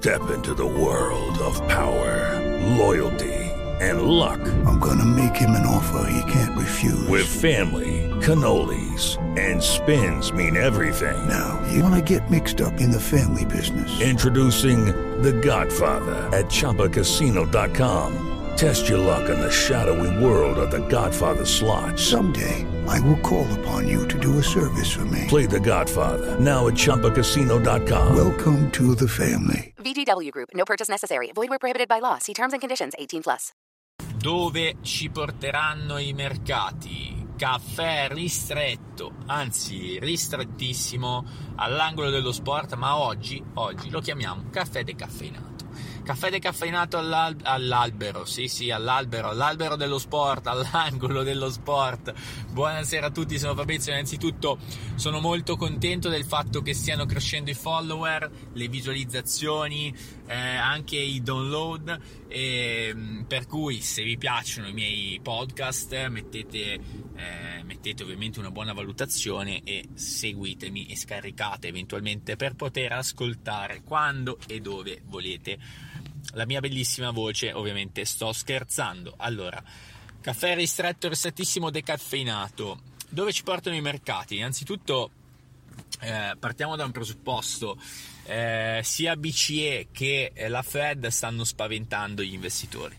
Step into the world of power, loyalty, and luck. I'm gonna make him an offer he can't refuse. With family, cannolis, and spins mean everything. Now, you wanna get mixed up in the family business. Introducing The Godfather at ChumbaCasino.com. Test your luck in the shadowy world of The Godfather slot. Someday, I will call upon you to do a service for me. Play The Godfather, now at ChumbaCasino.com. Welcome to the family. VGW Group. No purchase necessary. Void where prohibited by law. See terms and conditions. 18+. Dove ci porteranno i mercati? Caffè ristretto, anzi ristrettissimo, all'angolo dello sport, ma oggi lo chiamiamo caffè decaffeinato. Caffè decaffeinato all'albero, sì, all'albero dello sport, all'angolo dello sport. Buonasera a tutti, sono Fabrizio. Innanzitutto sono molto contento del fatto che stiano crescendo i follower, le visualizzazioni, anche i download, per cui se vi piacciono i miei podcast mettete ovviamente una buona valutazione e seguitemi e scaricate eventualmente per poter ascoltare quando e dove volete la mia bellissima voce. Ovviamente sto scherzando. Allora, caffè ristrettissimo decaffeinato. Dove ci portano i mercati? Innanzitutto partiamo da un presupposto. Sia BCE che la Fed stanno spaventando gli investitori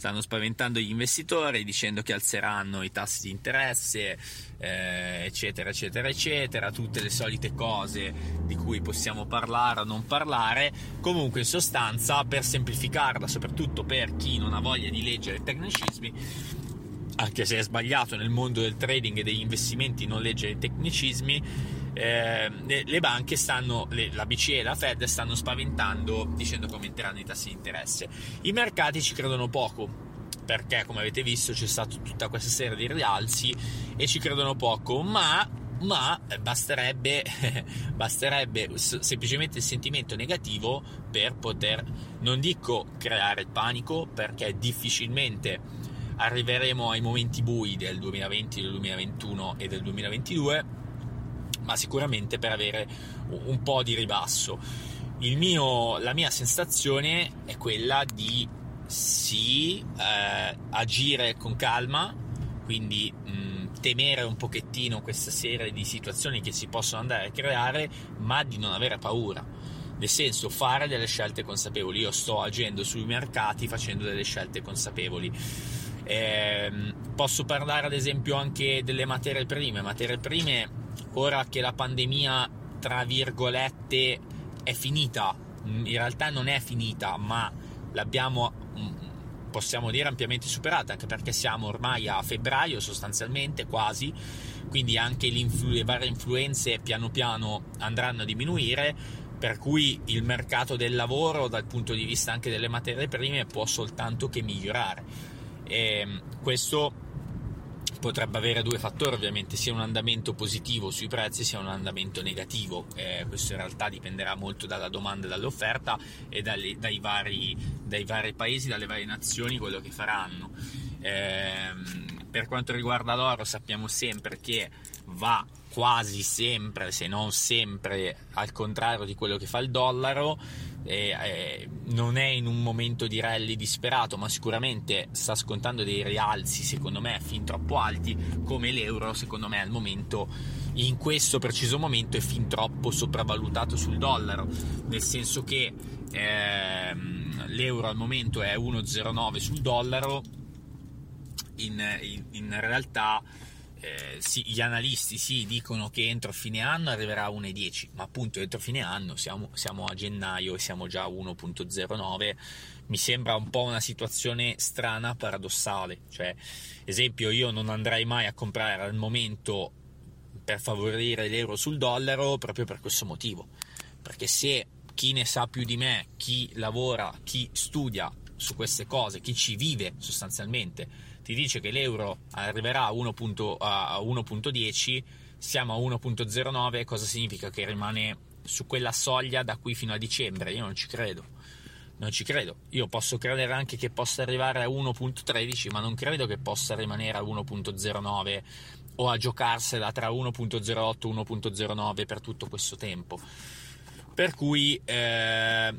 dicendo che alzeranno i tassi di interesse, eccetera, tutte le solite cose di cui possiamo parlare o non parlare. Comunque, in sostanza, per semplificarla, soprattutto per chi non ha voglia di leggere tecnicismi, anche se è sbagliato nel mondo del trading e degli investimenti non leggere i tecnicismi, le banche la BCE e la Fed stanno spaventando, dicendo che aumenteranno i tassi di interesse. I mercati ci credono poco, perché come avete visto c'è stata tutta questa serie di rialzi e ci credono poco, ma basterebbe semplicemente il sentimento negativo per poter, non dico creare il panico, perché difficilmente arriveremo ai momenti bui del 2020, del 2021 e del 2022, ma sicuramente per avere un po' di ribasso. La mia sensazione è quella di agire con calma, quindi temere un pochettino questa serie di situazioni che si possono andare a creare, ma di non avere paura, nel senso fare delle scelte consapevoli. Io sto agendo sui mercati facendo delle scelte consapevoli. Posso parlare ad esempio anche delle materie prime. Ora che la pandemia, tra virgolette, è finita, in realtà non è finita, ma l'abbiamo, possiamo dire, ampiamente superata, anche perché siamo ormai a febbraio sostanzialmente, quasi, quindi anche le varie influenze piano piano andranno a diminuire, per cui il mercato del lavoro dal punto di vista anche delle materie prime può soltanto che migliorare. Questo potrebbe avere due fattori, ovviamente, sia un andamento positivo sui prezzi sia un andamento negativo. Questo in realtà dipenderà molto dalla domanda e dall'offerta e dai vari paesi, dalle varie nazioni, quello che faranno. Per quanto riguarda l'oro, sappiamo sempre che va quasi sempre, se non sempre, al contrario di quello che fa il dollaro. Non è in un momento di rally disperato, ma sicuramente sta scontando dei rialzi, secondo me fin troppo alti, come l'euro. Secondo me al momento, in questo preciso momento, è fin troppo sopravvalutato sul dollaro, nel senso che l'euro al momento è 1,09 sul dollaro. In realtà gli analisti dicono che entro fine anno arriverà a 1,10, ma appunto entro fine anno siamo a gennaio e siamo già a 1,09. Mi sembra un po' una situazione strana, paradossale. Cioè, esempio, io non andrei mai a comprare al momento per favorire l'euro sul dollaro, proprio per questo motivo, perché se chi ne sa più di me, chi lavora, chi studia su queste cose, chi ci vive sostanzialmente, ti dice che l'euro arriverà a 1.10, siamo a 1.09, cosa significa? Che rimane su quella soglia da qui fino a dicembre. Io non ci credo. Io posso credere anche che possa arrivare a 1.13, ma non credo che possa rimanere a 1.09 o a giocarsela tra 1.08 e 1.09 per tutto questo tempo. Per cui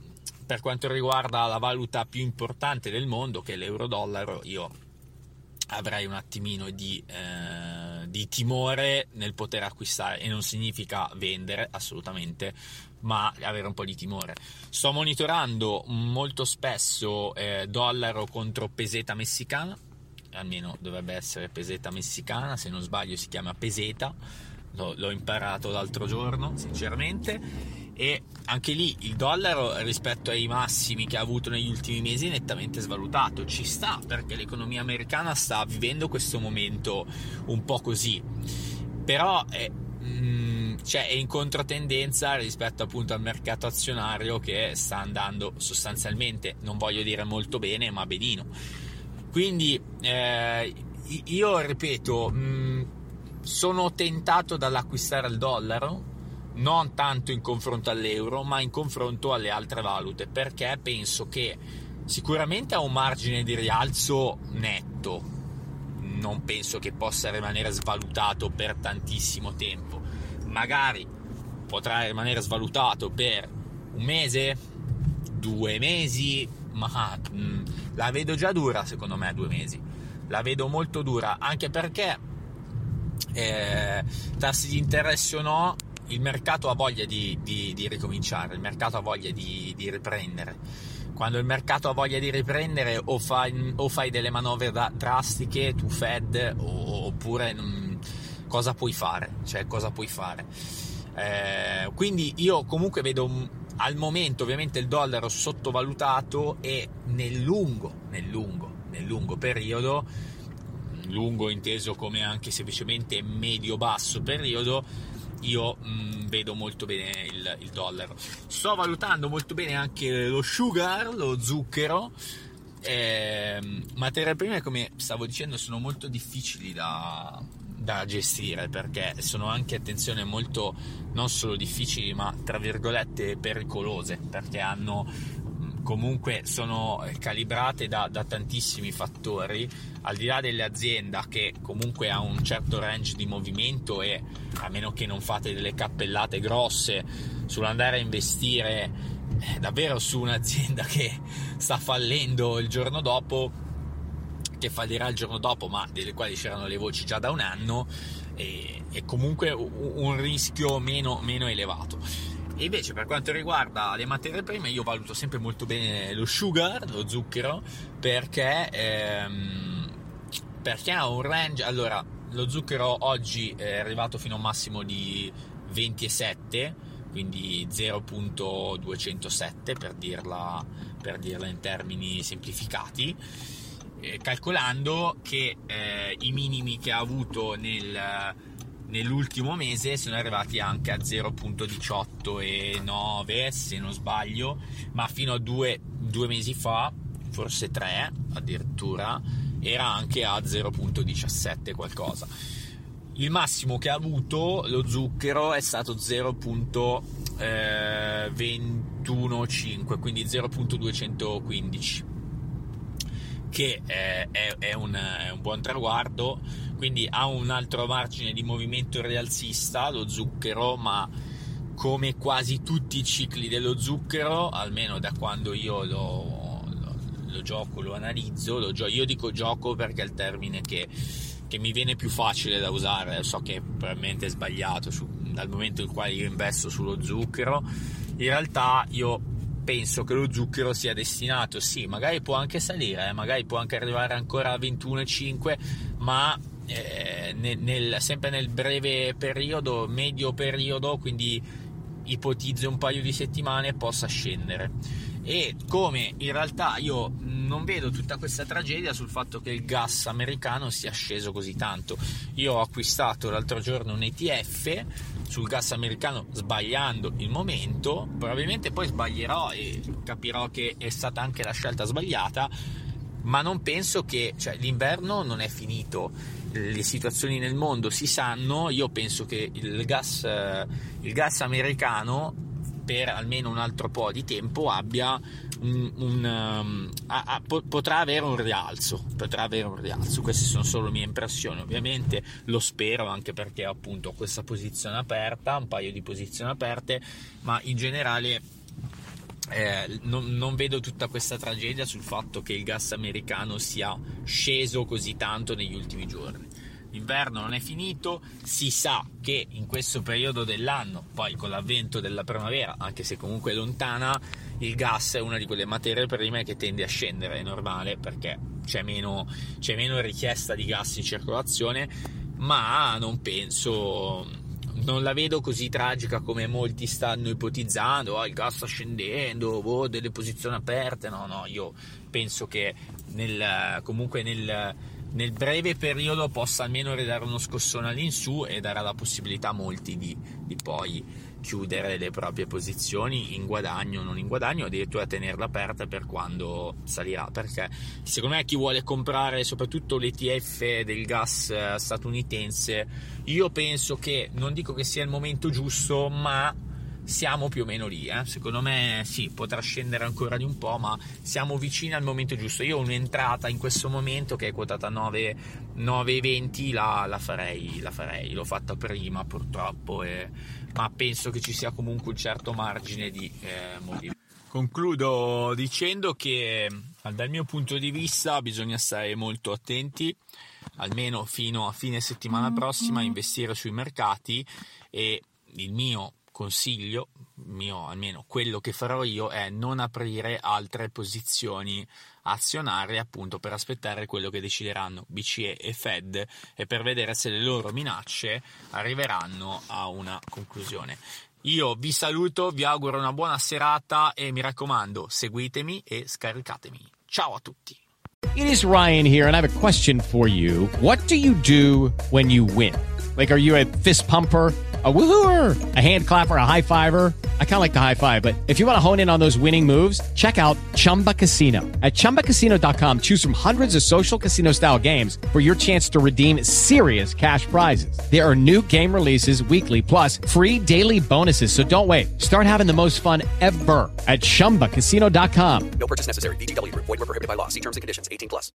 per quanto riguarda la valuta più importante del mondo, che è l'euro-dollaro, io avrei un attimino di timore nel poter acquistare, e non significa vendere assolutamente, ma avere un po' di timore. Sto monitorando molto spesso dollaro contro peseta messicana, almeno dovrebbe essere peseta messicana, se non sbaglio si chiama peseta, l'ho imparato l'altro giorno sinceramente. E anche lì il dollaro rispetto ai massimi che ha avuto negli ultimi mesi è nettamente svalutato. Ci sta, perché l'economia americana sta vivendo questo momento un po' così, però è in controtendenza rispetto appunto al mercato azionario, che sta andando sostanzialmente, non voglio dire molto bene, ma benino. Quindi io ripeto, sono tentato dall'acquistare il dollaro, non tanto in confronto all'euro, ma in confronto alle altre valute, perché penso che sicuramente ha un margine di rialzo netto, non penso che possa rimanere svalutato per tantissimo tempo, magari potrà rimanere svalutato per un mese, 2 mesi, ma la vedo già dura, secondo me 2 mesi, la vedo molto dura, anche perché tassi di interesse o no, il mercato ha voglia di ricominciare, il mercato ha voglia di riprendere. Quando il mercato ha voglia di riprendere, o fai delle manovre drastiche tu Fed, oppure cosa puoi fare? Cioè, cosa puoi fare? Quindi io comunque vedo al momento ovviamente il dollaro sottovalutato, e nel lungo periodo, lungo inteso come anche semplicemente medio-basso periodo, io vedo molto bene il dollaro. Sto valutando molto bene anche lo sugar, lo zucchero. Materie prime, come stavo dicendo, sono molto difficili da gestire, perché sono anche, attenzione, molto, non solo difficili, ma tra virgolette pericolose, perché comunque sono calibrate da tantissimi fattori, al di là dell'azienda, che comunque ha un certo range di movimento, e a meno che non fate delle cappellate grosse sull'andare a investire davvero su un'azienda che sta fallendo il giorno dopo, che fallirà il giorno dopo, ma delle quali c'erano le voci già da un anno, e comunque un rischio meno elevato. E invece per quanto riguarda le materie prime, io valuto sempre molto bene lo sugar, lo zucchero, perché ha un range. Allora, lo zucchero oggi è arrivato fino a un massimo di 27, quindi 0.207 per dirla in termini semplificati, calcolando che i minimi che ha avuto nell'ultimo mese sono arrivati anche a 0.18,9 se non sbaglio, ma fino a due mesi fa, forse 3 addirittura, era anche a 0.17 qualcosa. Il massimo che ha avuto lo zucchero è stato 0.215, quindi 0.215, che è un buon traguardo. Quindi ha un altro margine di movimento rialzista lo zucchero, ma come quasi tutti i cicli dello zucchero, almeno da quando io lo gioco, lo analizzo, io dico gioco perché è il termine che mi viene più facile da usare, so che probabilmente è sbagliato dal momento in quale io investo sullo zucchero. In realtà io penso che lo zucchero sia destinato, sì, magari può anche salire, magari può anche arrivare ancora a 21,5, ma sempre nel breve periodo, medio periodo, quindi ipotizzo un paio di settimane, possa scendere. E come in realtà io non vedo tutta questa tragedia sul fatto che il gas americano sia sceso così tanto. Io ho acquistato l'altro giorno un ETF sul gas americano sbagliando il momento, probabilmente poi sbaglierò e capirò che è stata anche la scelta sbagliata, ma non penso che, l'inverno non è finito, le situazioni nel mondo si sanno. Io penso che il gas americano per almeno un altro po' di tempo abbia potrà avere un rialzo. Queste sono solo mie impressioni, ovviamente lo spero, anche perché appunto ho questa posizione aperta, un paio di posizioni aperte, ma in generale non vedo tutta questa tragedia sul fatto che il gas americano sia sceso così tanto negli ultimi giorni. L'inverno non è finito, si sa che in questo periodo dell'anno, poi con l'avvento della primavera, anche se comunque è lontana, il gas è una di quelle materie prime che tende a scendere, è normale, perché c'è meno richiesta di gas in circolazione, ma non la vedo così tragica come molti stanno ipotizzando. Il gas sta scendendo, delle posizioni aperte. No, io penso che nel breve periodo possa almeno ridare uno scossone all'insù e darà la possibilità a molti di poi chiudere le proprie posizioni in guadagno o non in guadagno, addirittura tenerla aperta per quando salirà, perché secondo me chi vuole comprare soprattutto l'ETF del gas statunitense, io penso che, non dico che sia il momento giusto, ma siamo più o meno lì, secondo me sì, potrà scendere ancora di un po', ma siamo vicini al momento giusto. Io ho un'entrata in questo momento che è quotata 9,20, la farei, l'ho fatta prima purtroppo, ma penso che ci sia comunque un certo margine di movimento. Concludo dicendo che dal mio punto di vista bisogna stare molto attenti, almeno fino a fine settimana prossima, a investire sui mercati, e il mio consiglio, almeno quello che farò io, è non aprire altre posizioni azionarie, appunto per aspettare quello che decideranno BCE e Fed e per vedere se le loro minacce arriveranno a una conclusione. Io vi saluto, vi auguro una buona serata e mi raccomando, seguitemi e scaricatemi. Ciao a tutti. It is Ryan here, and I have a question for you. What do you do when you win? Like, are you a fist pumper, a woohooer, a hand clapper, a high fiver? I kind of like the high five, but if you want to hone in on those winning moves, check out Chumba Casino. At ChumbaCasino.com, choose from hundreds of social casino-style games for your chance to redeem serious cash prizes. There are new game releases weekly, plus free daily bonuses, so don't wait. Start having the most fun ever at ChumbaCasino.com. No purchase necessary. VGW Group. Void where prohibited by law. See terms and conditions. 18+.